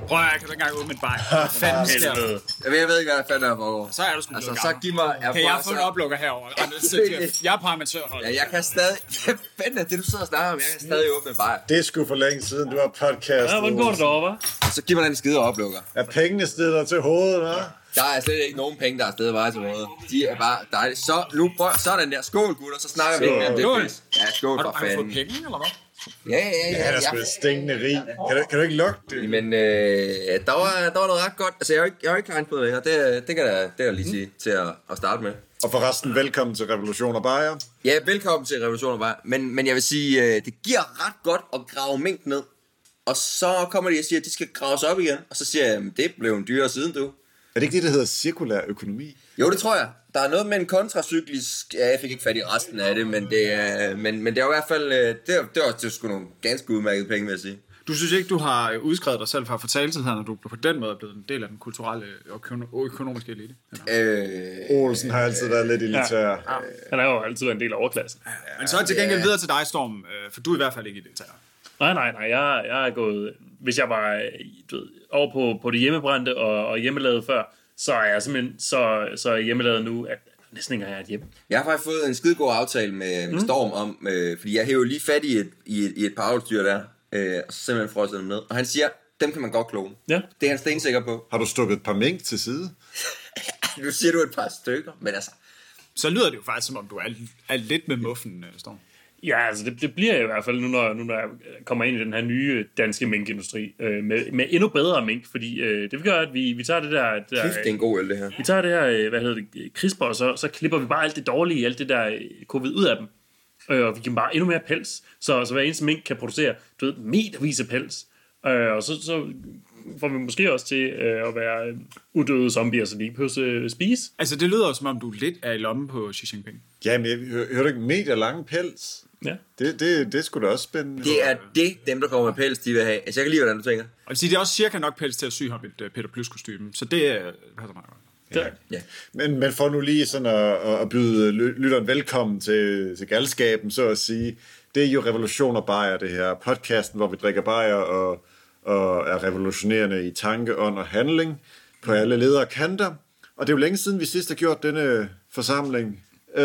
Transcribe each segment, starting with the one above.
Prøv at kan du ikke engang ud med et bajer. Hvad fanden sker der? Jeg ved ikke, hvad der fanden er foregår. Så er du sgu altså, så giv mig... Kan jeg få en oplukker herovre? Jeg er på amatørhold. Ja, jeg kan stadig... Hvad fanden er det, du sidder og snakker om? Jeg kan stadig åbne et bajer. Det er sgu for længe siden, du har podcast. Ja, hvordan går det derovre, hva'? Så giv mig den skide oplukker. Er pengene stedet til hovedet, hva'? Der er slet ikke nogen penge, der er stedet vej til hovedet. De er bare dejlige. Så nu prøv sådan der. Skål, gutter, så snakker vi ikke mere om det pis. Ja, skål for fanden. Har du fået penge, eller hvad? Ja. Ja, der er sgu stinkende rig. Kan du ikke lugte det? Men der var noget ret godt. Altså, jeg har ikke regnet på det her. Det kan jeg lige sige til at starte med. Og forresten, velkommen til Revolution og Bajer. Ja, velkommen til Revolution og Bajer. Men jeg vil sige, det giver ret godt at grave mink ned. Og så kommer de og siger, at de skal graves op igen. Og så siger jeg, det blev en dyrere siden, du. Er det ikke det, der hedder cirkulær økonomi? Jo, det tror jeg. Der er noget med en kontracyklisk... Ja, jeg fik ikke fat i resten af det, men det er, men det er i hvert fald... Det var sgu nogle ganske udmærkede penge, vil jeg sige. Du synes ikke, du har udskrevet dig selv fra fortalelsen her, når du på den måde er blevet en del af den kulturelle og økonomiske elite? Olsen har altid været lidt elitær. Ja. Han er jo altid en del af overklassen. Men så er til gengæld videre til dig, Storm, for du er i hvert fald ikke elitær. Nej, jeg er gået... Hvis jeg var over på det hjemmebrændte og hjemmelavet før, så er jeg simpelthen så hjemmelavet nu, at næsten ikke har et hjem. Jeg har faktisk fået en skidegod aftale med Storm om, fordi jeg hæver lige fat i et par avlsdyr der, og så simpelthen frosset dem ned. Og han siger, dem kan man godt klone. Ja. Det er han stensikker på. Har du stukket et par mink til side? Nu siger du et par stykker, men altså... Så lyder det jo faktisk, som om du er lidt med muffen, Storm. Ja, altså det bliver i hvert fald nu, når jeg kommer ind i den her nye danske minkindustri, med endnu bedre mink, fordi det gør, at vi tager det der... Kæft, det er en god øl, det her. Vi tager det her, CRISPR, og så klipper vi bare alt det dårlige, alt det der covid ud af dem, og vi giver bare endnu mere pels, så hver eneste mink kan producere, metervis af pels, og så får vi måske også til at være uddøde zombier, så de ikke behøver at spise. Altså, det lyder som om, du lidt er i lommen på Xi Jinping. Jamen, jeg hørte ikke meter lange pels. Ja. Det skulle da også spændende. Det er dem, der kommer med pels, de vil have. Altså, jeg kan lide, hvordan du tænker. Og det er også cirka nok pels til at sy ham et Peter Plys-kostyme, så det passer meget godt. Ja. Men for nu lige sådan at byde lytteren velkommen til galskaben, så at sige, det er jo Revolution og Bajer, det her podcasten, hvor vi drikker bajer og er revolutionerende i tanke, ånd og handling på alle ledere og kanter. Og det er jo længe siden, vi sidst har gjort denne forsamling.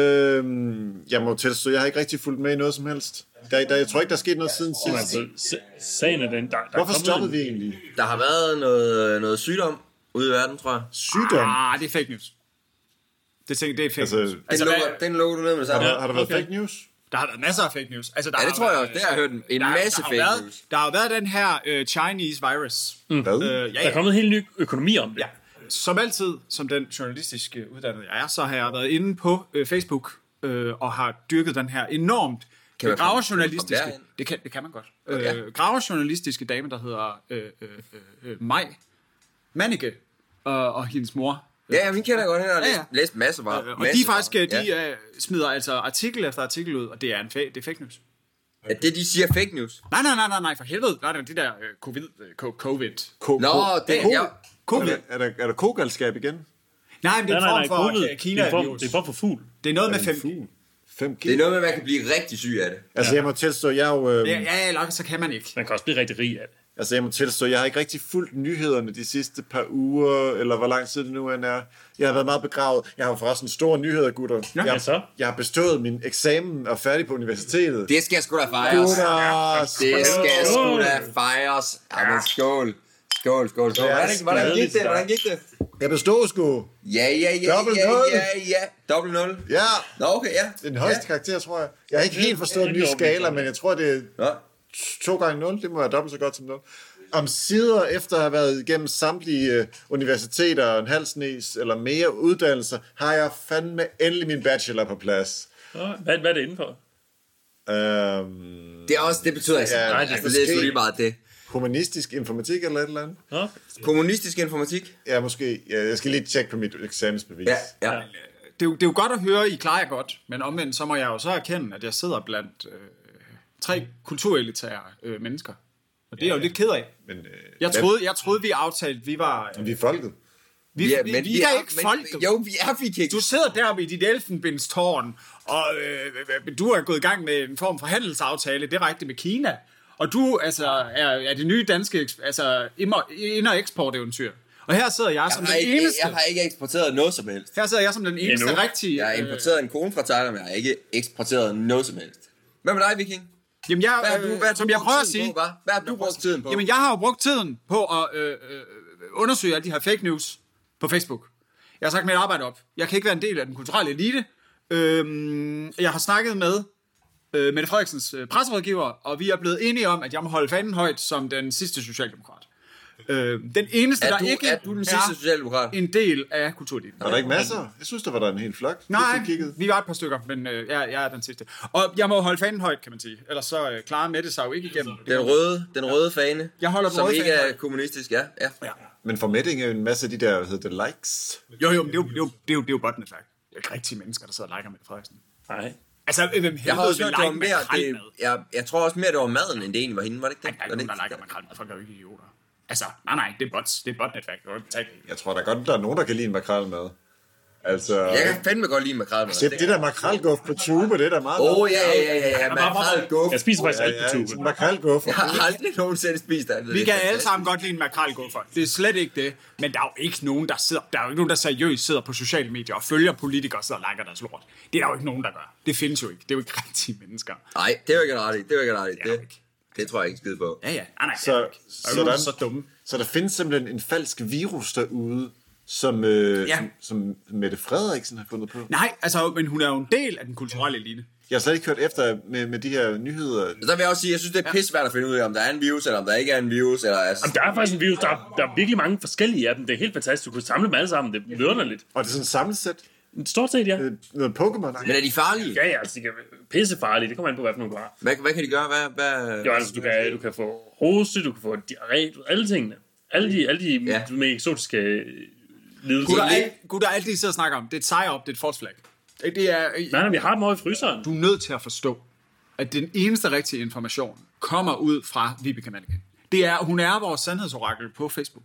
Jeg må tilstå, jeg har ikke rigtig fulgt med i noget som helst. Jeg tror ikke, der er sket noget siden sidst. Altså, sagen er den, Hvorfor stoppede vi egentlig? Der har været noget sygdom ude i verden, tror jeg. Sygdom? Det er fake news. Det er fake news. Den lukker du ned med det samme. Har der været fake news? Der har været masser af fake news. Altså, det tror jeg også. Det har jeg hørt en masse fake news. Der har jo været den her Chinese virus. Hvad? Der er kommet en helt ny økonomi om det. Ja. Som altid, som den journalistiske uddannede jeg er, så har jeg været inde på Facebook og har dyrket den her enormt gravejournalistiske... Det kan man godt. Okay. Gravejournalistiske dame, der hedder Maj Mannicke og hendes mor. Ja, vi kender godt hende og læst masser bare. Og de faktisk, de smider altså artikel efter artikel ud, og det er fake news. Ja, det de siger fake news? Nej, for helvede. Nej, det er det der covid. Nå, det er... COVID. Er der kogalskab igen? Nej, men det er en form for Kina. Det er en form for fugl. Det er noget med 5G. 5G? Det er noget med, at man kan blive rigtig syg af det. Altså, jeg må tilstå, jeg jo... Ja, så kan man ikke. Man kan også blive rigtig rig af det. Altså, jeg må tilstå, jeg har ikke rigtig fulgt nyhederne de sidste par uger, eller hvor lang tid det nu end er. Jeg har været meget begravet. Jeg har jo forresten store nyheder, gutter. Ja, jeg har bestået min eksamen og færdig på universitetet. Det skal sgu da fejres. Det skal sgu da fejres. Jamen, skål. Skål. Hvordan gik det? Jeg bestod sgu. Ja. Dobbelt 0. Ja. Nå, okay, ja. Den højeste karakter, tror jeg. Jeg har ikke helt forstået den nye skala, men jeg tror, det er 2 gange 0. Det må være dobbelt så godt som 0. Om sider efter at have været igennem samtlige universiteter og en halv snes eller mere uddannelser, har jeg fandme endelig min bachelor på plads. Hvad er det indenfor? Det er også, det betyder ikke så meget. Altså, det er sgu lige meget det. Humanistisk informatik eller et eller andet? Ja. Kommunistisk informatik? Ja, måske. Ja, jeg skal lige tjekke på mit eksamensbevis. Ja. Det er jo godt at høre, I klarer jer godt, men omvendt så må jeg jo så erkende, at jeg sidder blandt 3 kulturelitære mennesker. Og det er jeg jo lidt ked af. Men, jeg troede, vi aftalte, vi var... Vi er folket. Vi er ikke folket. Jo, vi er ikke. Du sidder deroppe i dit elfenbindstårn, og du er gået i gang med en form for handelsaftale direkte med Kina. Og du altså, er det nye danske ind- og eksporteventyr. Og her sidder jeg som den eneste... Jeg har ikke eksporteret noget som helst. Her sidder jeg som den eneste rigtige... Jeg har importeret en kone fra Thailand, men jeg har ikke eksporteret noget som helst. Hvad med dig, Viking? Jamen, Hvad har du brugt tiden på? Jamen, jeg har jo brugt tiden på at undersøge alle de her fake news på Facebook. Jeg har sagt mit arbejde op. Jeg kan ikke være en del af den kulturelle elite. Jeg har snakket med Mette Frederiksens presserådgiver, og vi er blevet enige om, at jeg må holde fanen højt som den sidste socialdemokrat. Den eneste, der ikke er du den sidste socialdemokrat? En del af kulturlivet. Var der ikke masser? Jeg synes, der var der en hel flok. Nej, vi var et par stykker, men jeg er den sidste. Og jeg må holde fanen højt, kan man sige. Ellers så klarer Mette sig jo ikke igennem. Den røde fane, jeg holder den som røde ikke fane er højt. kommunistisk, ja. Men for Mette er jo en masse af de der, hvad hedder det, likes. Jo, men det er jo botnetværk. Det er ikke rigtige mennesker, der sidder og liker Mette Frederiksen. Nej. Altså, jeg har også hørt, det var mere, jeg tror også mere, det var maden, end det egentlig var hende, var det ikke det? Nej, der er nogen, der liker makrelmad. Folk er jo ikke idioter. Altså, nej, det er bots. Det er botnetværk. Jeg tror da godt, der er nogen, der kan lide en makrelmad. Altså... Jeg kan fandme godt lide makrelmad. Det der makrelguff på tube, det er da meget... Ja, makrelguff. Jeg spiser faktisk alt på tube. Makrelguff. Jeg har aldrig nogensinde spist andet. Vi kan alle sammen godt lide en makrelguffer. Det er slet ikke det. Men der er jo ikke nogen, der seriøst sidder på sociale medier og følger politikere og sidder og liker deres lort. Det er der jo ikke nogen, der gør. Det findes jo ikke. Det er jo ikke rigtige mennesker. Nej, det er jo ikke ret i. Det tror jeg ikke skide på. Ja. Nej, så dumme. Så der findes simpelthen en falsk virus derude, som Mette Frederiksen har fundet på. Nej, altså, men hun er jo en del af den kulturelle elite. Jeg har slet ikke hørt efter med de her nyheder. Der vil jeg også sige, jeg synes, det er pissvært at finde ud af, om der er en virus, eller om der ikke er en virus. Eller, altså... Jamen, der er faktisk en virus. Der er virkelig mange forskellige af dem. Det er helt fantastisk. Du kunne samle dem alle sammen. Det lødner lidt. Og det er sådan et sammensæt? Stort set, ja. Noget Pokémon? Men er de farlige? Ja, altså, de kan pissefarlige. Det kommer an på, hvad for nogle du har. Hvad kan de gøre? Jo, altså, du kan få hoste, du kan få diarré, alle tingene. Alle de mere eksotiske lidelser. Gud, der altid sidder og snakker om, det er et sejr-op, det er et forslag. Nej, vi har dem over i fryseren. Du er nødt til at forstå, at den eneste rigtige information kommer ud fra Vibeke Mannicke. Det er, hun er vores sandhedsorakel på Facebook.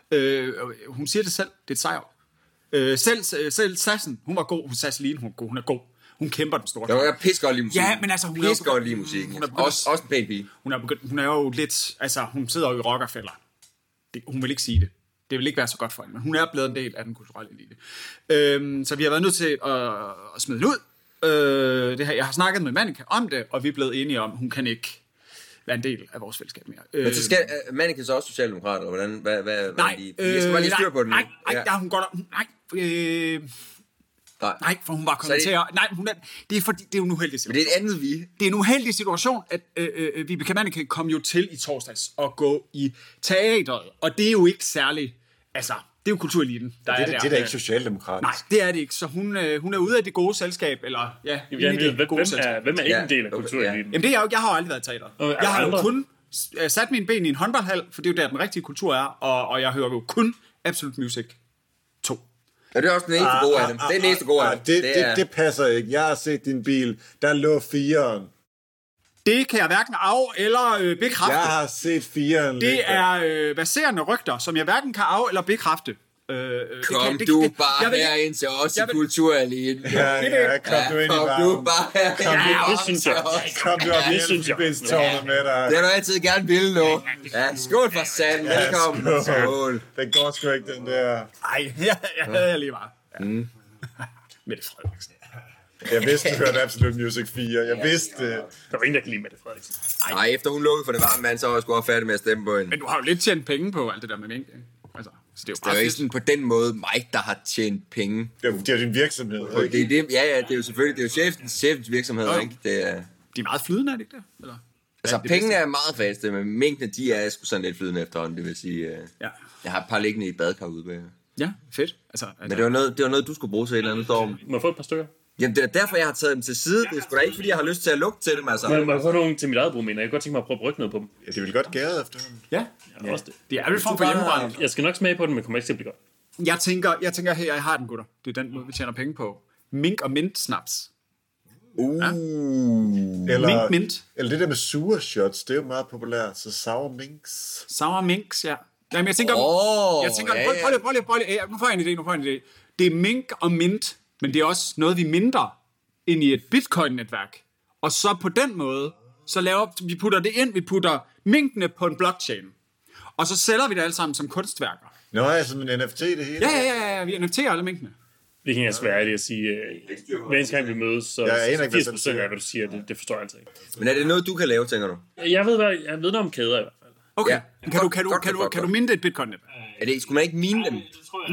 Hun siger det selv, det er et sejr-op. Selv Sassen, hun var god. Sasseline, hun er god. Hun kæmper den store. Jeg pisker godt lide musikken. Ja, men altså, hun pisker godt lide musikken. Også en pæn pige. Hun er jo lidt, altså, hun sidder jo i rockerfælder. Hun vil ikke sige det. Det vil ikke være så godt for hende, men hun er blevet en del af den kulturelle elite. Så vi har været nødt til at smide det ud. Det her. Jeg har snakket med Mannicke om det, og vi er blevet enige om, hun kan ikke være en del af vores fællesskab mere. Men så skal Mannicke så også socialdemokrat, eller hvordan? Jeg skal bare lige styre på den. Hun går der. Nej, for hun var kommenterer. Det er jo en uheldig situation. Men det er et andet vi. Det er en uheldig situation, at Vibeke Mannicke kom jo til i torsdags og gå i teateret, og det er jo ikke særlig, altså, det er jo kultureliten, der er der. Det er da ikke socialdemokratisk. Nej, det er det ikke, så hun er ude af det gode selskab, eller hvem er ikke en del af kultureliten? Jamen det er jo, jeg har jo aldrig været i teateret. Jeg har jo kun sat mine ben i en håndboldhal, for det er jo der, den rigtige kultur er, og jeg hører jo kun Absolute Music 2. Ja, det er også den eneste gode af dem. Det er den eneste gode af dem. Det passer ikke. Jeg har set din bil. Der lå 4'eren. Det kan jeg hverken af- eller bekræfte. Jeg har set 4'eren. Det er baserende rygter, som jeg hverken kan af- eller bekræfte. Kom du bare herind til os i kultureliten. Ja, kom du ind i varmen. Kom du bare herind. Det synes jeg. Kom du op i elfenbenstårnet med dig. Det har du altid gerne ville nu. Ja, skål for sand. Velkommen. Skål. Den går sgu ikke, den der. Ej, jeg havde lige meget. Ja. Mette Frederiksen. Jeg vidste, du hørte Absolute Music 4. Jeg vidste det. Der var ingen, der kan lide Mette Frederiksen. Nej, efter hun lukkede for det varme mand, så var jeg sgu også færdig med at stemme på hende. Men du har jo lidt tjent penge på alt det der med mink. Altså, så det er jo det er jo ikke sådan på den måde mig, der har tjent penge. Det er jo din virksomhed. Det er jo selvfølgelig, det er jo chefens virksomhed, ikke? Det er... De er meget flydende, er det ikke det? Eller? Altså, pengene er meget faste, men mængdene, de er sgu sådan lidt flydende efterhånden, det vil sige... Jeg har et par liggende i et badekar ude bag. Ja, fedt. Altså, men det var noget, du skulle bruge til et eller andet storm. Må jeg få et par stykker? Jamen, det er derfor, jeg har taget dem til side. Det er sgu da ikke, fordi jeg har lyst til at lugte til dem, altså. Må jeg få nogle til mit eget brug, mener jeg? Jeg kan godt tænke mig at prøve at brygge noget på dem. Ja, det vil godt gæret efterhånden. Ja. Også det. Det er vel form for hjemmebrænding. Jeg skal nok smage på den, men kommer ikke til at blive godt. Jeg tænker her, jeg har den, gutter. Det er den måde, vi tjener penge på. Mink og mint snaps. Eller, mint. Eller det der med sure shots, det er jo meget populært. Så sour minks. Sour minks, ja. Jamen, jeg tænker, prøv lige. Nu får jeg en idé. Det er mink og mint, men det er også noget, vi mindre ind i et bitcoin-netværk. Og så på den måde så vi putter det ind, vi putter minkene på en blockchain. Og så sælger vi det alle sammen som kunstværker. Nå, altså en NFT det hele? Ja, vi NFT'er alle minkene. Det kan jeg svære at sige. Hver eneste gang vi mødes, så 80% af, hvad du siger, det forstår jeg altså ikke. Men er det noget, du kan lave, tænker du? Jeg ved noget om kæder i hvert fald. Okay. Ja. Kan du minde et bitcoin-net? Skulle man ikke mine dem? Men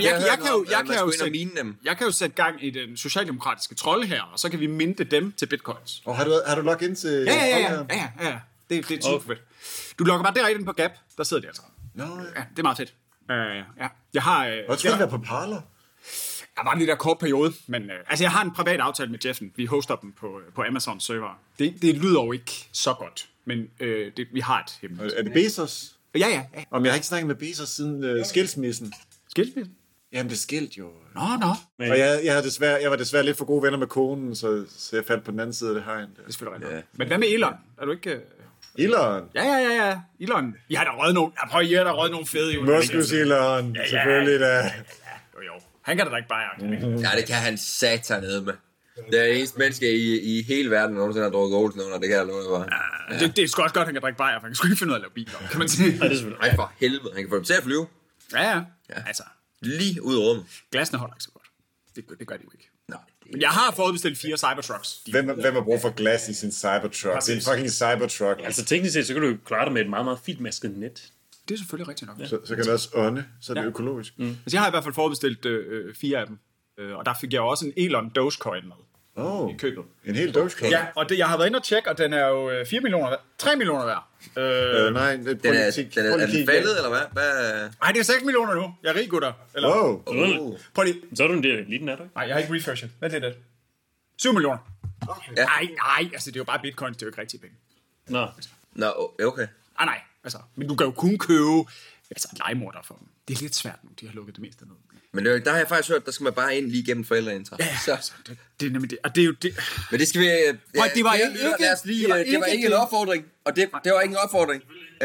jeg kan jo sætte gang i den socialdemokratiske trolde her, og så kan vi minde dem til bitcoins. Og har du logget ind til... Ja. Det er super fedt. Du logger bare derinde på Gap, der sidder de altså. Nå, ja. Det er meget fedt. Ja. Jeg har... Og skal være på Parler? Jeg var lige der kort periode, men jeg har en privat aftale med Jeffen. Vi hoster dem på Amazon server. Det lyder jo ikke så godt, men vi har et hemmeligt. Er det Bezos? Ja. Om jeg har ikke snakket med Bezos siden skilsmissen. Skilsmissen? Jamen, det skilt jo. Nå. Og jeg var desværre lidt for gode venner med konen, så jeg faldt på den anden side af det hegn. Det er selvfølgelig rigtigt. Ja. Men hvad med Elon? Er du ikke... Elon? Ja. Elon. I har da røget nogle fede... Muskus Elon, selvfølgelig da. Jo. Han kan da ikke bare... Ja, det kan han satan ned med. Det er det eneste menneske i hele verden, der nogensinde har drukket Olsen under, det kan jeg love bare. Det er sgu også godt, han kan drikke bajer, for han kan sgu ikke finde ud af at lave biler, kan man sige. Ja, det er selvfølgelig. Ej, for helvede, han kan få dem til at flyve. Ja. Altså, lige ud af rummet. Glassene holder ikke så godt. Det gør de jo ikke. Nej. Men jeg har forudbestilt 4 Cybertrucks. Hvem har brug for glas i sin Cybertruck? Det er en fucking Cybertruck. Altså teknisk set, så kan du klare dig med et meget, meget fintmasket net. Det er selvfølgelig rigtigt nok. Så kan det også ånde, så er det økologisk. Altså, jeg har i hvert fald forudbestilt 4 af dem. Og der fik jeg også en Elon Dogecoin med. I købet. En hel Dogecoin? Ja, og jeg har været inde og tjekke, og den er jo 4 millioner værd. 3 millioner værd. Nej, er den faldet, eller hvad? Nej, det er 6 millioner nu. Jeg er rig, gutter. Eller, Wow. Prøv lige. Så er du en del af eliten, er du ikke? Nej, jeg har ikke refreshet. Vent lidt. 7 millioner. Okay. Ja. Nej, altså det er jo bare bitcoins, det er jo ikke rigtige penge. Nå. Okay. Nej, altså, men du kan jo kun købe legemorder for dem. Det er lidt svært nu, de har lukket det meste ned. Men der har jeg faktisk hørt, der skal man bare ind lige gennem forældreintra. Ja, så. Det er nemlig det. Og det er jo det. Men det skal vi... det var ikke en opfordring. Og det var ikke en opfordring.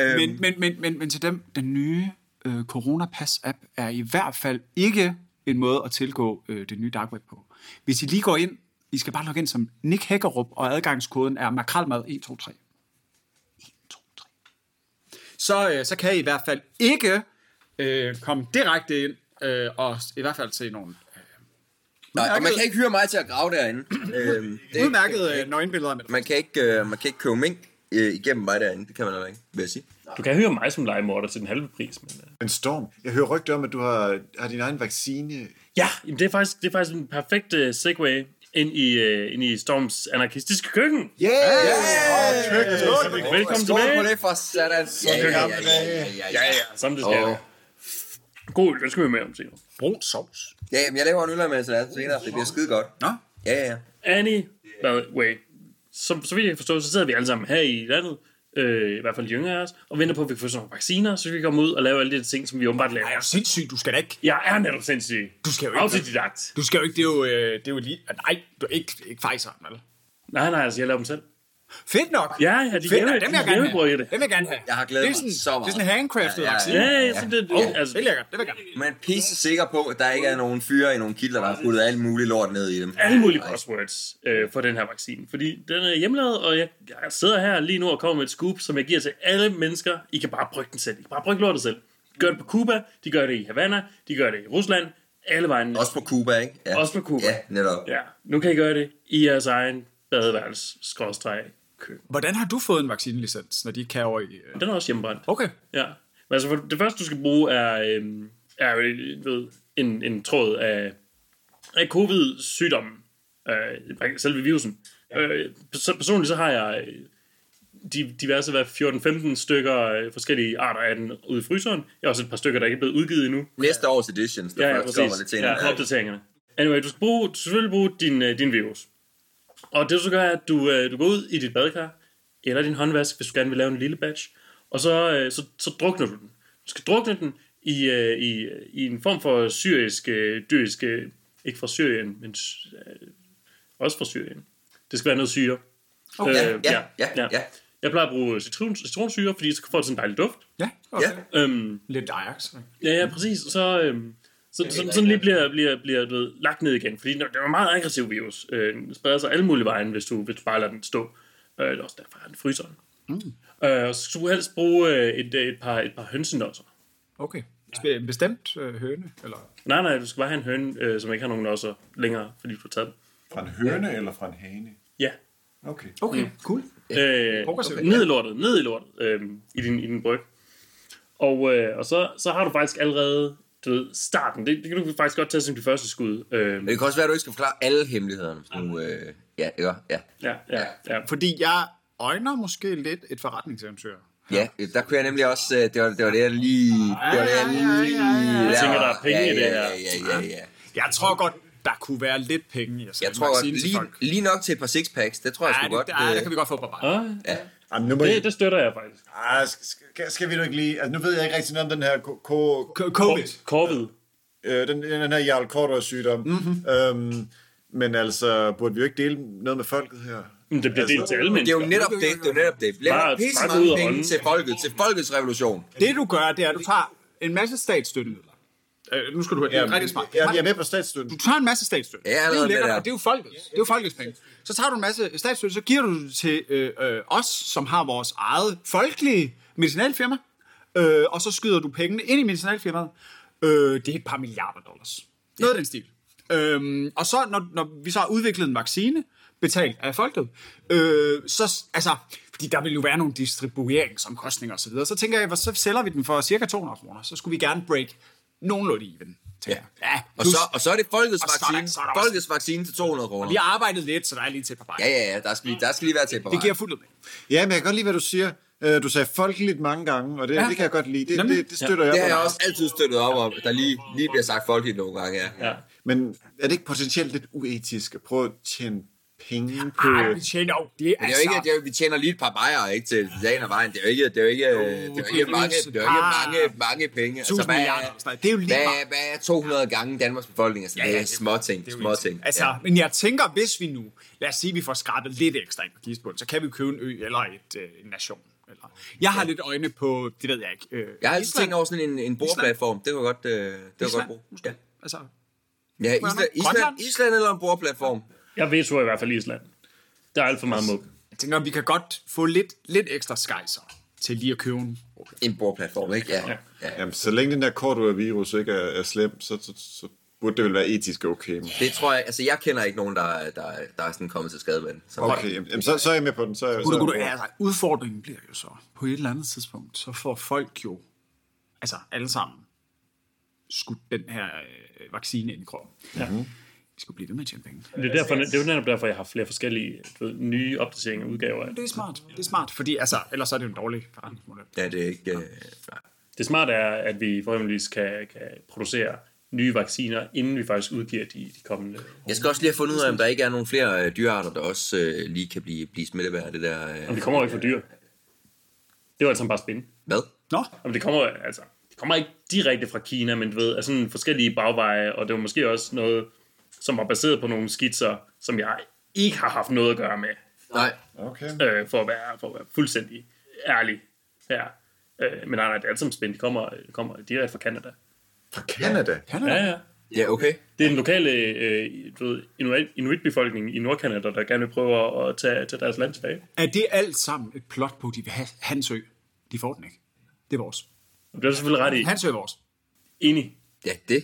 Men til dem, den nye Coronapass-app er i hvert fald ikke en måde at tilgå det nye dark web på. Hvis I lige går ind, I skal bare logge ind som Nick Hækkerup, og adgangskoden er makrelmad 123. Så kan I hvert fald ikke komme direkte ind og i hvert fald se nogle... Nej, og man kan ikke hyre mig til at grave derinde. Udmærket nøgenbilleder med det. Man kan ikke købe mink igennem mig derinde. Det kan man heller ikke, vil jeg sige. Du kan hyre mig som legemorder til den halve pris. Men, En Storm. Jeg hører rygter om, at du har din egen vaccine. Ja, det er faktisk en perfekt segue ind i Storms anarkistiske køkken. Velkommen tilbage. Skål på det for satan. Ja, sådan det skal. God, den skal vi med om senere. Brun sovs. Ja, men jeg laver en øl med salat senere, det bliver skide godt. Nå? Ja. Annie, så vidt jeg kan forstå, så sidder vi alle sammen her i landet, i hvert fald de yngre af os, og venter på, at vi kan få sådan nogle vacciner, så vi kan komme ud og lave alle de ting, som vi åbenbart laver. Nej, jeg er sindssyg, du skal da ikke. Jeg er netop sindssyg. Du skal jo ikke. Autodidakt. Du skal jo ikke, det er jo lige... Nej, du er ikke Pfizer, vel? Nej, altså jeg laver dem selv. Fedt nok. Ja, de Fedt, dem vil jeg gerne have. Dem vil jeg gerne have. Jeg har glædet mig så meget. Det er sådan en handcrafted vaccine. Ja, sådan det. Altså, Det er lækkert, det vil jeg gerne. Man er pisse sikker på, at der ikke er nogen fyre i nogle kilder, der har puttet alle mulige lort ned i dem. alle mulige buzzwords for den her vaccine. Fordi den er hjemmelavet, og jeg sidder her lige nu og kommer med et scoop, som jeg giver til alle mennesker. I kan bare brygge den selv. I kan bare brygge lortet selv. De gør det på Cuba, de gør det i Havana, de gør det i Rusland. Alle vejen. Også på Cuba, ikke? Ja. Også på Cuba. Ja, netop. Ja, nu kan I gøre det i jeres egen badeværelse-køkken. Hvordan har du fået en vaccinelicens, når de kan over i... Den er også hjemmebrændt. Okay. Ja. Men altså, det første, du skal bruge, er en tråd af covid-sygdommen. Selve virusen. Personligt så har jeg diverse 14-15 stykker forskellige arter af den ude i fryseren. Jeg har også et par stykker, der ikke er blevet udgivet endnu. Næste års editions, der Ja, præcis. Ja, opdateringerne. Anyway, du skal selvfølgelig bruge din virus. Og det du så gør, er, at du går ud i dit badekar, eller din håndvask, hvis du gerne vil lave en lille batch, og så drukner du den. Du skal drukne den i en form for dyrisk, ikke fra Syrien, men også fra Syrien. Det skal være noget syre. Okay. Ja. Jeg plejer at bruge citronsyre, fordi så får det sådan en dejlig duft. Ja, okay. Lidt Ajax. Ja, præcis. Så sådan lige bliver du ved, lagt ned igen. Fordi det var en meget aggressiv virus. Den spreder sig alle mulige vejen, hvis du bare lader den stå. Det er også derfor, jeg har den i fryseren. Og så skulle du helst bruge et par hønsenosser. Okay. En bestemt høne? Eller? Nej, du skal bare have en høne, som ikke har nogen nosser længere, fordi du har taget dem. Fra en høne eller fra en hane? Ja. Okay, cool. Ned i lortet i din bryg. Og så har du faktisk allerede, du ved, starten. Det kan du faktisk godt tage som det første skud. Men det kan også være, at du ikke skal forklare alle hemmelighederne. Nu, ja. Ja. Fordi jeg øjner måske lidt et forretningseventyr. Ja, der kunne jeg nemlig også, det var det, jeg lige... Jeg tænker, der er penge i det her. Ja. Jeg tror godt, der kunne være lidt penge i at Jeg tror godt, lige nok til et par sixpacks, det tror jeg sgu godt. Det kan vi godt få på vej. Ja. Jamen, Det støtter jeg faktisk. Skal vi nu ikke lige... Altså, nu ved jeg ikke rigtig noget om den her COVID. Den her Jarl Kortor sygdom. Men altså, burde vi jo ikke dele noget med folket her? Men det bliver delt til alle Det er mennesker. jo netop det. Lægger pisse mange penge til folket, til folkets revolution. Det du gør, det er, at du tager en masse statsstøttemidler. Nu skal du høre, det er rigtig smart. Jeg er med på statsstøtten. Du tager en masse statsstøtte. Ja, det er jo allerede lækkert, med og det er jo folkets. Det er jo folkets penge. Så tager du en masse statsstøtte, så giver du det til os, som har vores eget folkelige medicinalfirma, og så skyder du pengene ind i medicinalfirmaet. Det er et par milliarder dollars. Noget af den stil. Og så, når vi så har udviklet en vaccine, betalt af folket, så, altså, fordi der vil jo være nogle distribueringsomkostninger og så videre, så tænker jeg, så sælger vi den for cirka 200 kroner, så skulle vi gerne break nogenlunde even. Ja. Og så er det folkets vaccine. Så er der Folkets vaccine til 200 kroner. Vi har arbejdet lidt, så der er lige til et par bajer. Ja, der skal lige være til et par Det giver fuldt ud med. Ja, men jeg kan godt lide, hvad du siger. Du sagde folkeligt mange gange, og det kan jeg godt lide. Det støtter jeg. Det har jeg også altid støttet op om, der lige bliver sagt folkeligt nogle gange, ja. Men er det ikke potentielt lidt uetisk at prøve at tjene penge på... Vi tjener jo. Det er ikke, vi tjener lige et par bajere, ikke, til dagen og vejen. Det er jo ikke mange penge. Altså, det er jo lige hvad er 200 gange Danmarks befolkning? Altså, det er småting. Altså, men jeg tænker, hvis vi nu, lad os sige, vi får skrabet lidt ekstra ind på kistebunden, så kan vi købe en ø eller en nation. Eller. Jeg har lidt øjne på, det ved jeg ikke. Jeg har altid tænkt over sådan en bordplatform. Det kunne godt bruge. Måske. Altså, ja, Island eller en bordplatform. Jeg ved så i hvert fald Island. Der er alt for meget mug. Jeg tænker, vi kan godt få lidt ekstra skejser til lige at købe en bordplatform, ikke? Ja. Jamen, så længe den der Cordua-virus ikke er slem, så burde det vel være etisk okay. Det tror jeg, altså jeg kender ikke nogen, der er sådan kommet til skade med den. Okay, jamen, så er jeg med på den. Udfordringen bliver jo så, på et eller andet tidspunkt, så får folk jo, altså alle sammen, skudt den her vaccine ind i kroppen. Ja. Vi skulle blive ved med at tjene penge. Det er jo netop derfor, jeg har flere forskellige nye opdateringer og udgaver af. Det er smart, fordi altså, ellers er det jo en dårlig forretningsmodel. Ja, det er ikke... Det smarte er, at vi forhåbentligvis kan producere nye vacciner, inden vi faktisk udgiver de kommende... Jeg skal også lige have fundet ud af, om der ikke er nogle flere dyrearter, der også lige kan blive smittet af det der... Og det kommer jo ikke fra dyr. Det var altså bare spændende. Hvad? Nå? Og det kommer ikke direkte fra Kina, men du ved, af sådan forskellige bagveje, og det var måske også noget, som var baseret på nogle skitser, som jeg ikke har haft noget at gøre med. Nej. Okay. For at være fuldstændig ærlig her. Men nej, det er alt sammen spændende. Det kommer direkte fra Canada. Fra Canada? Ja. Ja, okay. Det er en lokale inuitbefolkning i Nordkanada, der gerne vil prøve at tage deres land tilbage. Er det alt sammen et plot på, de vil have Hansø? De får den ikke. Det er vores. Det er selvfølgelig ret i. Hansø er vores. Enig. Ja, det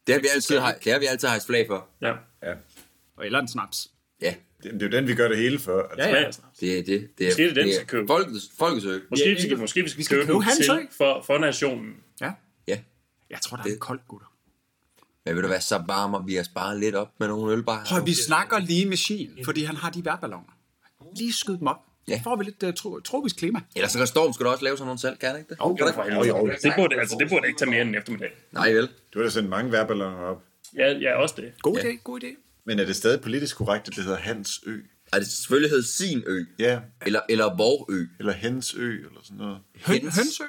har vi altid hejst flag for. Ja. Og eller en snaps. Ja. Det er jo den, vi gør det hele for. Altså. Ja. Det er det. Måske er det den, vi skal købe. Folkets ø. Måske vi skal købe Hansø for nationen. Ja. Ja. Jeg tror, der er koldt, gutter. Men vil du være, så varmer vi os bare lidt op med nogle ølbarer. Prøv, vi snakker lige med Shein, fordi han har de vejrballoner. Lige skyd dem op. Ja. Så får vi lidt tropisk klima. Ellers så kan Storm skulle da også lave sådan nogle selv, kan det ikke det? Det burde ikke tage mere end en eftermiddag. Nej vel. Du har da sendt mange vejrballoner op. Ja, også det. God idé. Men er det stadig politisk korrekt, at det hedder Hans Ø? Er det selvfølgelig hedder sin ø? Ja. Eller vor ø? Eller Hens Ø, eller sådan noget. Hønseø.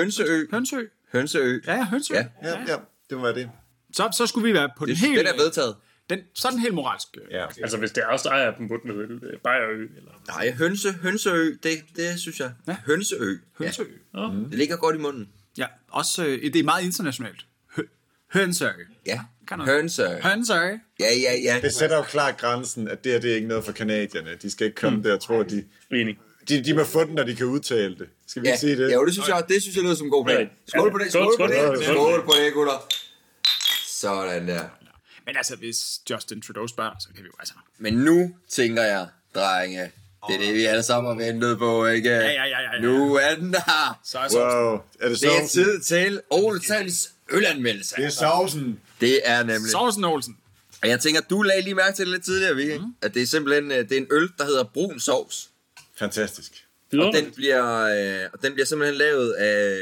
Hønseø. Ja, Hønseø. Ja, det må være det. Så skulle vi være på den helt... Den er vedtaget. Så er den helt moralsk. Ja. Altså, hvis det er også ejer dem, burde det Bajerø, eller... Nej, Hønseø, det synes jeg. Ja. Hønseø. Hønseø. Det ligger godt i munden. Ja, også, det er meget internationalt. Hønseø. Ja. Hønser. Ja. Det sætter jo klart grænsen, at det her, det er ikke noget for kanadierne. De skal ikke komme der og tro, at de må få den, når de kan udtale det. Skal vi ikke sige det? Ja, det synes jeg lyder som en god plan. Skål på det, skål på det, gutter. Sådan der. Men altså, hvis Justin Trudeau spørger, så kan vi jo altså... Men nu tænker jeg, drenge, det er det, vi alle sammen har ventet på, ikke? Ja. Nu er den der. Så er sovsen. Wow. Er det Det er sovsen? tid til Ole Tals ølanmeldelse. Det er sovsen. Det er nemlig. Sovsen, Olsen. Og jeg tænker, du lagde lige mærke til det lidt tidligere, Vicky. At det er simpelthen det er en øl, der hedder brun sovs. Fantastisk. Og den bliver simpelthen lavet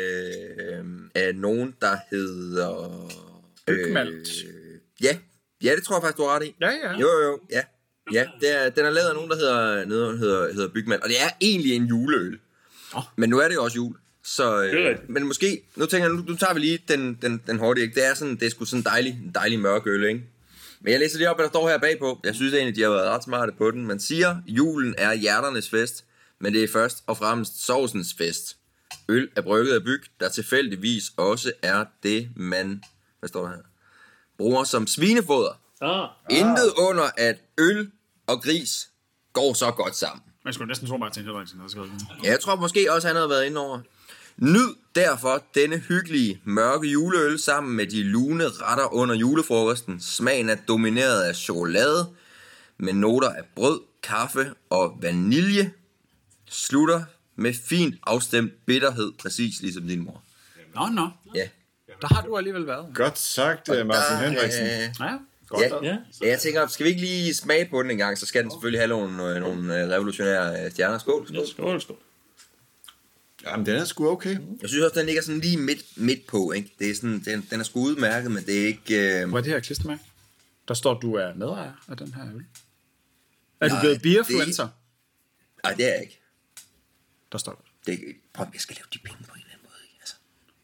af nogen, der hedder... Bygmalt. Ja, det tror jeg faktisk, du har ret i. Ja. Jo, ja. Ja, den er lavet af nogen, der hedder Bygmalt. Og det er egentlig en juleøl. Men nu er det jo også jul. Så, men måske, nu tænker jeg, nu tager vi lige den hurtige, ikke? Det er sgu sådan en dejlig mørk øl, ikke? Men jeg læser lige op, hvad der står her bagpå. Jeg synes egentlig, de har været ret smarte på den. Man siger, julen er hjerternes fest, men det er først og fremmest sovsens fest. Øl er brygget af byg, der tilfældigvis også er det, man... Hvad står der her? Bruger som svinefoder. Intet under, at øl og gris går så godt sammen. Man skulle næsten tro, Martin Henriksen havde skrevet det. Ja, jeg tror måske også, han havde været inde over. Nyd derfor denne hyggelige, mørke juleøl sammen med de lune retter under julefrokosten. Smagen er domineret af chokolade med noter af brød, kaffe og vanilje. Slutter med fint afstemt bitterhed, præcis ligesom din mor. Nå. Ja. Der har du alligevel været. Godt sagt, Martin Henriksen. Ja. Ja, jeg tænker, skal vi ikke lige smage på den en gang, så skal den selvfølgelig have nogle revolutionære stjerner. Skål. Skål. Jamen, den er sgu okay. Jeg synes også, den ligger sådan lige midt på, ikke? Det er sådan, den er sgu udmærket, men det er ikke... Hvad er det her klistermærke? Der står, du er medejer af den her øl. Er du blevet beerfluencer? Nej, det er jeg ikke. Der står det. Prøv, jeg skal lave de penge på en eller anden måde, ikke? Altså.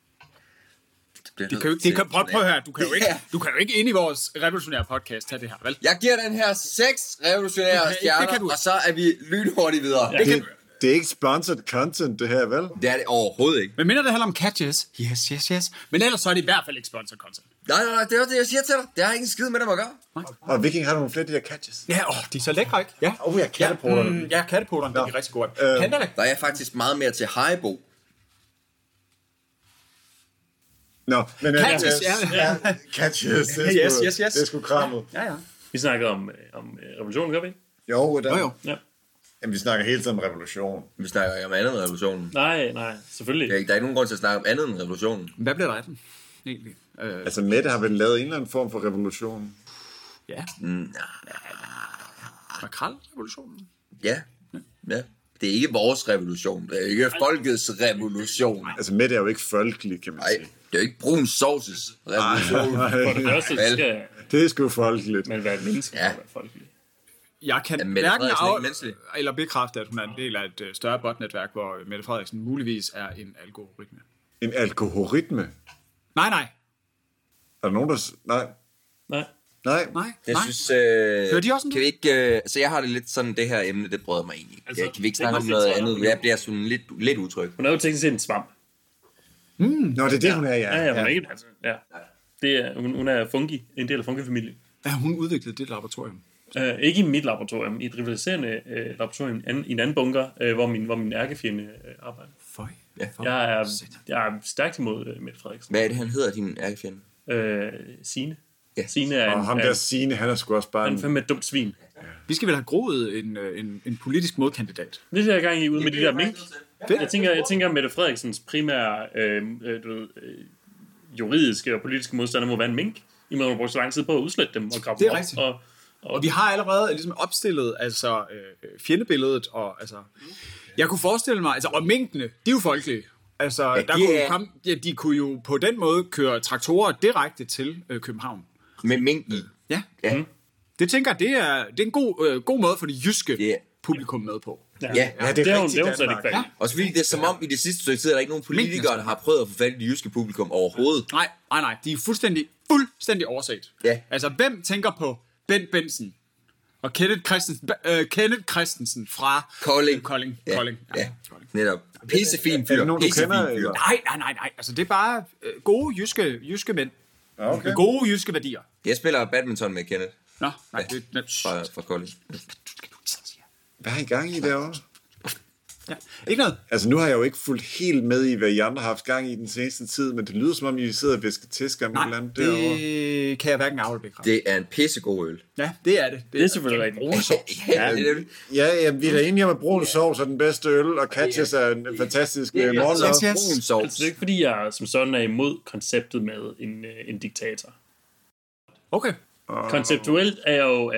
Prøv at høre, du kan jo ikke ind i vores revolutionære podcast tage det her, vel? Jeg giver den her 6 revolutionære stjerner, og så er vi lynhurtigt videre. Ja. Det er ikke sponsored content, det her, vel? Det er det overhovedet ikke. Men minder det handler om catches? Yes. Men ellers så er det i hvert fald ikke sponsored content. Nej, det er også det, jeg siger til dig. Det har ikke en skid med dem at gøre. Og Viking har nogle flere af de der catches. Ja, de er så lækre, ikke? Ja. Ja, katteproderne. Ja, kattepoderne, det er rigtig gode. Henterne. Der er faktisk meget mere til Haribo. Nå, men... Catches, ja. Catches. Yes. Det er sgu krammet. Ja. Vi snakkede om revolutionen, gør vi ikke? Jo. Ja. Jamen, vi snakker hele tiden om revolution. Vi snakker ikke om andet end revolutionen. Nej, selvfølgelig. Der er ikke nogen grund til at snakke om andet end revolutionen. Hvad bliver der af den, egentlig? Altså, Mette har vel lavet en eller anden form for revolution? Ja. Makrel-revolutionen? Ja. Det er ikke vores revolution. Det er ikke folkets revolution. Altså, Mette er jo ikke folkelig, kan man Nej, sige. det er jo ikke brun sovses revolution. For det første, så skal Det er sgu folkeligt. man være et menneske for at være folkelig. Jeg kan Mette hverken Frederiksen ikke eller bekræfte, at hun er en del af et større botnetværk, hvor Mette Frederiksen muligvis er en algoritme. En algoritme? Nej. Er der nogen, der... Nej. Jeg synes... Hører de også kan vi ikke... så jeg har det lidt sådan, det her emne, det brød mig egentlig. Altså, kan vi ikke snakke om noget andet? Jeg bliver sådan lidt utryg. Hun er jo teknisk set en svamp. Nå, det er det, hun er, Ja, hun er ikke... Altså, ja. Det er, hun er fungi, en del af fungifamilien. Ja, hun udviklede det laboratorium. Ikke i mit laboratorium, i et rivaliserende laboratorium i en anden bunker, hvor min ærkefjende arbejder. Føj. Ja. Jeg er stærkt imod Mette Frederiksen. Hvad er det, han hedder, din ærkefjende? Signe. Ja. Signe er Og ham der Signe, han er sgu også bare han er fandme et dumt svin. Vi skal vel have groet en politisk modkandidat. Det er jeg gang i ude med de der mink. Jeg tænker Mette Frederiksens primære juridiske og politiske modstander må være en mink. I må have brugt så lang tid på at udslette dem og grave Det er dem rigtigt. op. Og vi har allerede ligesom opstillet altså fjendebilledet og altså jeg kunne forestille mig altså og minkene, de er jo folkelige. Altså de kunne jo på den måde køre traktorer direkte til København. Med mink i. Ja. Det tænker jeg, det er en god måde for det jyske publikum med på. Ja, det er det er hun rigtigt, slet ikke færdig. og så fordi det er som om i det sidste stykke tid, er der ikke nogen politikere, der har prøvet at få fat i det jyske publikum overhovedet. Nej, de er fuldstændig overset. Ja. Altså, hvem tænker på Bent Benson og Kenneth Christensen fra Kolding. Ja. Netop. Pissefin fyr. Er det nogen, du kender? Nej. Altså, det er bare gode jyske mænd. Okay. Med gode jyske værdier. Jeg spiller badminton med Kenneth. Nå, nej, Ja. Fra Kolding. Hvad har I gang i derovre? Ja, ikke noget. Altså, nu har jeg jo ikke fulgt helt med i, hvad I andre har haft gang i den seneste tid, men det lyder som om, I sidder og visker tæsker med et eller andet derovre. Det kan jeg hverken afbekræfte. Det er en pissegod øl. Ja, det er det. Det er selvfølgelig rigtigt. Ja, vi er da enige om, at brun sovs er den bedste øl, og Katjas er en fantastisk morgenlad. Brun Altså, sovs. det er ikke fordi, jeg som sådan er imod konceptet med en diktator. Okay. Konceptuelt er jo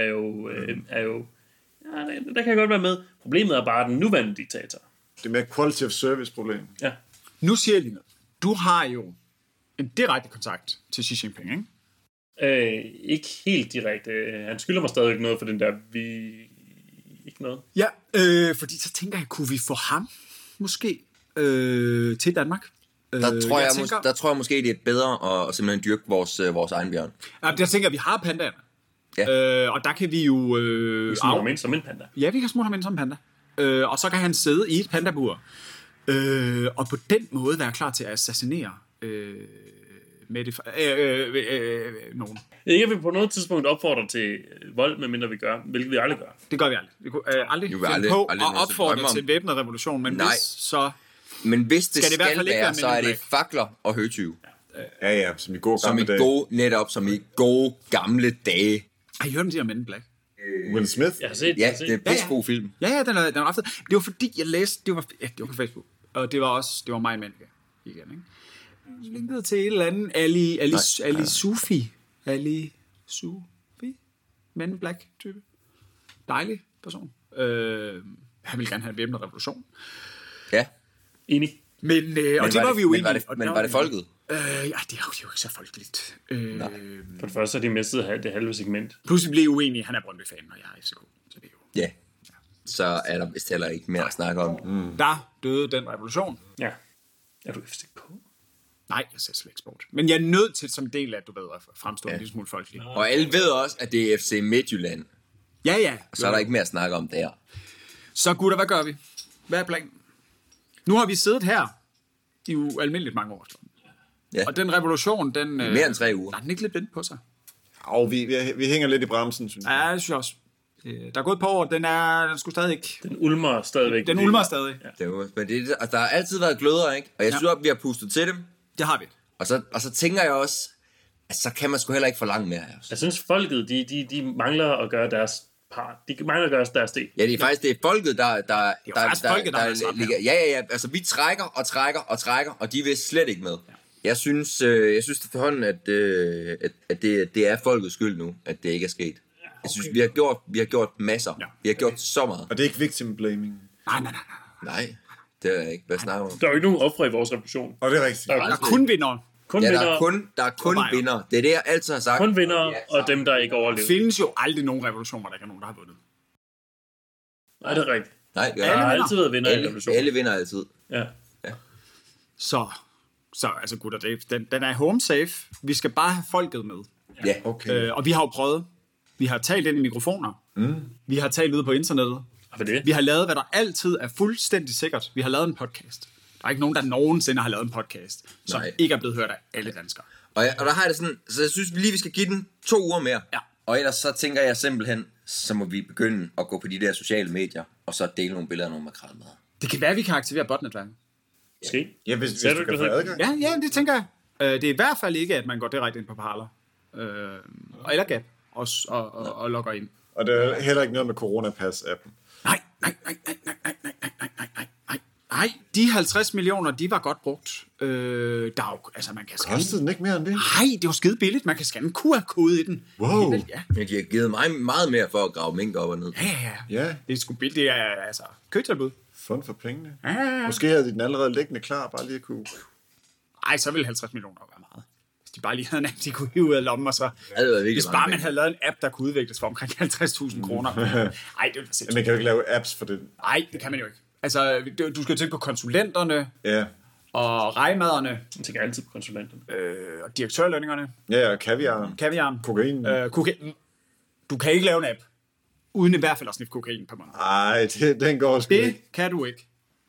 ja, der kan jeg godt være med. Problemet er bare den nuværende diktator. Det er mere quality of service problem. Ja. Nu siger jeg lige noget. Du har jo en direkte kontakt til Xi Jinping, ikke? Ikke helt direkte. Han skylder mig stadigvæk noget for den der, ikke noget. Ja, fordi så tænker jeg, kunne vi få ham måske til Danmark? Der tror jeg måske, det er bedre at simpelthen dyrke vores egen bjørn. Ja, der tænker jeg, vi har pandaerne. Ja. Og der kan vi jo... Vi smutter ham ind som en panda. Ja, vi kan smutte ham ind som panda. Og så kan han sidde i et pandabur. Og på den måde være klar til at assassinere nogen. Ikke vil på noget tidspunkt opfordre til vold, medmindre vi gør, hvilket vi aldrig gør. Det gør vi aldrig. Vi kunne aldrig Jo, vi finde på aldrig at opfordre til en væbnet revolution, men Nej. hvis så... Men hvis det Skal det i hvert fald skal ikke være, være så er Men in det fakler og høtyve. Ja, som i gode gamle dage. Som i gode gamle dage. Har I hørt om de her Men in Black? Will Smith? Jeg har set, Ja, det er en pissegod film. Ja, den er ofte. Det var fordi, jeg læste... Det var på Facebook. Og det var mig og Mænke igen, ikke? Linkede til et eller andet Ali Sufi. Ali Sufi? Men in Black type. Dejlig person. Han ville gerne have en væbnet revolution. Ja. Enig. Men og det var vi jo enige. Men var det folket? Ja, det er jo ikke så folkeligt. For det første har de mistet det halve segment. Pludselig blev uenige. Han er Brøndby-fan, og jeg er FCK. Så det er jo... Ja. Så er der vist heller ikke mere at snakke om. Der døde den revolution. Ja. Er du FCK? Nej, jeg ser slet ikke sport. Men jeg er nødt til som del af, at du ved, at fremstå en lille smule folkelig. Og alle ved også, at det er FC Midtjylland. Ja. Og så er der ikke mere at snakke om der. Så gutter, hvad gør vi? Hvad er planen? Nu har vi siddet her i ualmindeligt mange år. Ja. Og den revolution, den... Mere end 3 uger. Der er den ikke lidt vendt på sig. Og vi hænger lidt i bremsen, synes jeg. Ja, det synes jeg også. Der er gået et par år, den skulle stadig ikke... Den ulmer stadigvæk. Den ulmer stadig. Ja. Men altså, der har altid været gløder, ikke? Og jeg synes også, at vi har pustet til dem. Det har vi. Og så tænker jeg også, at så kan man sgu heller ikke forlange mere af os. Jeg synes, folket, de mangler at gøre deres part. De mangler at gøre deres del. Ja, det er faktisk folket, der ligger. Ja. Altså, vi trækker, og de vil slet ikke med. Ja. Jeg synes efterhånden, at det er folkets skyld nu, at det ikke er sket. Ja, okay. Jeg synes, vi har gjort masser. Ja. Vi har gjort så meget. Og det er ikke victim blaming. Nej. Nej, det er ikke. Hvad snakker om? Der er jo ikke nogen ofre i vores revolution. Og det er rigtigt. Der er kun vindere. Der er kun vinder. Det er det, jeg altid har sagt. Kun vinder, og dem, der ikke overlever. Der findes jo aldrig nogen revolution, hvor der ikke er nogen, der har vundet. Nej, det er rigtigt. Nej, der har altid været vinder i revolutionen. Alle vinder altid. Ja. Så altså gutter, den er home safe. Vi skal bare have folket med. Ja. Okay. Og vi har jo prøvet. Vi har talt ind i mikrofoner. Vi har talt ude på internettet. Vi har lavet, hvad der altid er fuldstændig sikkert. Vi har lavet en podcast. Der er ikke nogen, der nogensinde har lavet en podcast, som ikke er blevet hørt af alle danskere. Og der har jeg det sådan, så jeg synes lige, vi skal give den 2 uger mere. Ja. Og ellers så tænker jeg simpelthen, så må vi begynde at gå på de der sociale medier, og så dele nogle billeder af nogle makrelmad. Det kan være, at vi kan aktivere botnetværket. Måske. Ja, hvis du kan få adgang. Ja, det tænker jeg. Det er i hvert fald ikke, at man går direkte ind på Parler. Eller Gap og logger ind. Og det er heller ikke noget med coronapas-appen. Nej, de 50 millioner, de var godt brugt. Der er jo, altså man kan scanne. Kostede den ikke mere end det? Nej, det var skide billigt. Man kan scanne QR-kode i den. Wow. Ja. Men de har givet mig meget mere for at grave mink op og ned. Ja. Det er sgu billigt. Det er altså kødtilbud. Fund for pengene. Ja. Måske havde de den allerede liggende klar, bare lige at kunne... Ej, så ville 50 millioner være meget. Hvis de bare lige havde en app, de kunne hive ud af lommen, og så... Hvis bare man havde lavet en app, der kunne udvikles for omkring 50.000 kroner. Ej, det ville være man kan jo ikke lave apps for det. Nej, det kan man jo ikke. Altså, du skal tænke på konsulenterne, og rejmaderne. Jeg tænker altid på konsulenterne. Og direktørlønningerne. Ja, og kaviaren. Kokain. Du kan ikke lave en app, uden i hvert fald at sniffe kokain på måneden. Nej, den går sgu ikke. Det kan du ikke.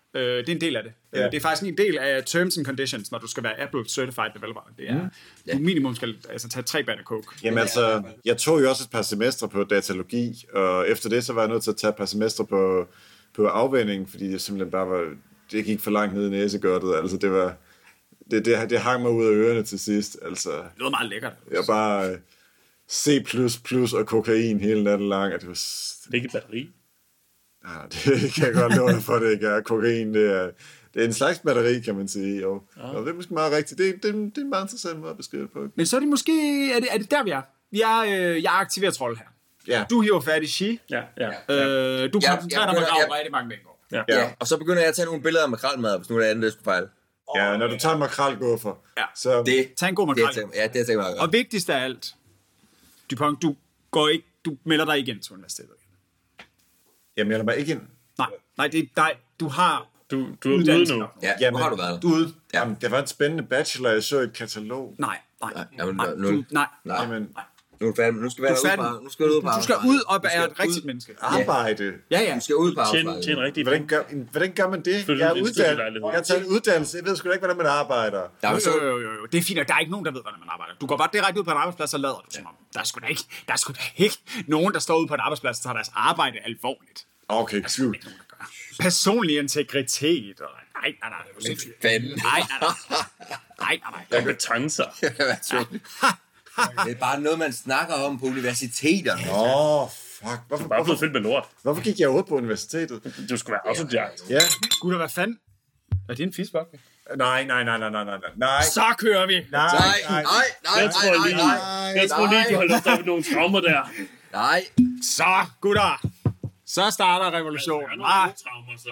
Det er en del af det. Det er faktisk en del af terms and conditions, når du skal være Apple Certified Developer. Det er, du minimum skal tage 3 bander coke. Jamen altså, jeg tog jo også et par semestre på datalogi, og efter det, så var jeg nødt til at tage et par semestre på afvænning, fordi det simpelthen bare var, det gik for langt ned i næsegørtet. Altså, det var, det hang mig ud af ørerne til sidst. Altså, det lyder meget lækkert. Jeg bare C++ og kokain hele natten lang. Det var... Ikke batteri. Nej, det kan jeg godt love dig for, det ikke er. Kokain, det er en slags batteri, kan man sige. Og det er måske meget rigtigt. Det er en meget interessant måde at beskrive det på. Men så er det måske... Er det der, vi er? Jeg aktiverer trold her. Ja. Du hiver fat i Xi. Ja. Du koncentrerer dig på grav rigtig mange mængder. Ja, og så begynder jeg at tage nogle billeder af makrelmad, hvis nu er det andet, der skulle fejle. Ja, når du tager en makrelguffer. Ja, så... tag en god makrel. Ja, det tænker jeg godt. Og vigtigst af alt, Dupont, du melder dig igen til universitetet. Jeg melder mig ikke ind. Nej, det er dig. Du har... Du er ude nu. Ja, hvor har du været? Du er ude. Ja. Jamen, det var en spændende bachelor, jeg så et katalog. Nej. Jamen, nu er du færdig. Nu skal du være derude. Nu skal du ud på arbejdsmarkedet. Du skal ud og være et rigtigt menneske. Arbejde. Ja. Du skal ud på arbejdsmarkedet. Tjene rigtig. Hvordan gør man det? Jeg har taget en uddannelse. Jeg ved sgu da ikke, hvordan man arbejder. Jo. Det er fint, og der er ikke nogen, der ved, hvordan man arbejder. Du går bare direkte ud på en arbejdsplads og lader du som om. Der er sgu da ikke nogen, der står ude på en arbejdsplads og tager deres arbejde alvorligt. Okay, cool. Personlig integritet. Nej. Kompetencer. Det er bare noget, man snakker om på universiteterne. Fuck. Bare blevet fyldt med lort. Hvorfor gik jeg ud på universitetet? Du skulle være autodidakt. Ja. Gud, hvad fanden? Er det en fiskebokke? Nej. Så kører vi. Nej. Jeg tror lige, du har lyst til nogle traumer der. Nej. Så, gutter. Så starter revolutionen. Traumer, så...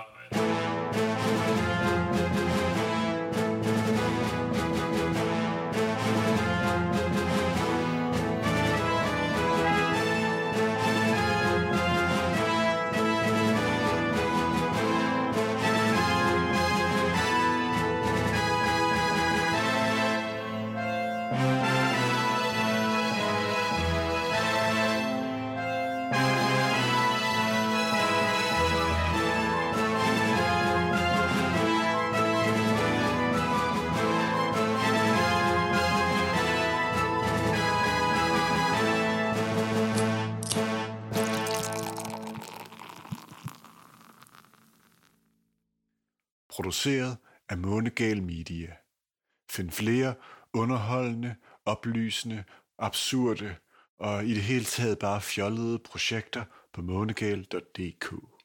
Produceret af Månegal Media. Find flere underholdende, oplysende, absurde og i det hele taget bare fjollede projekter på månegal.dk.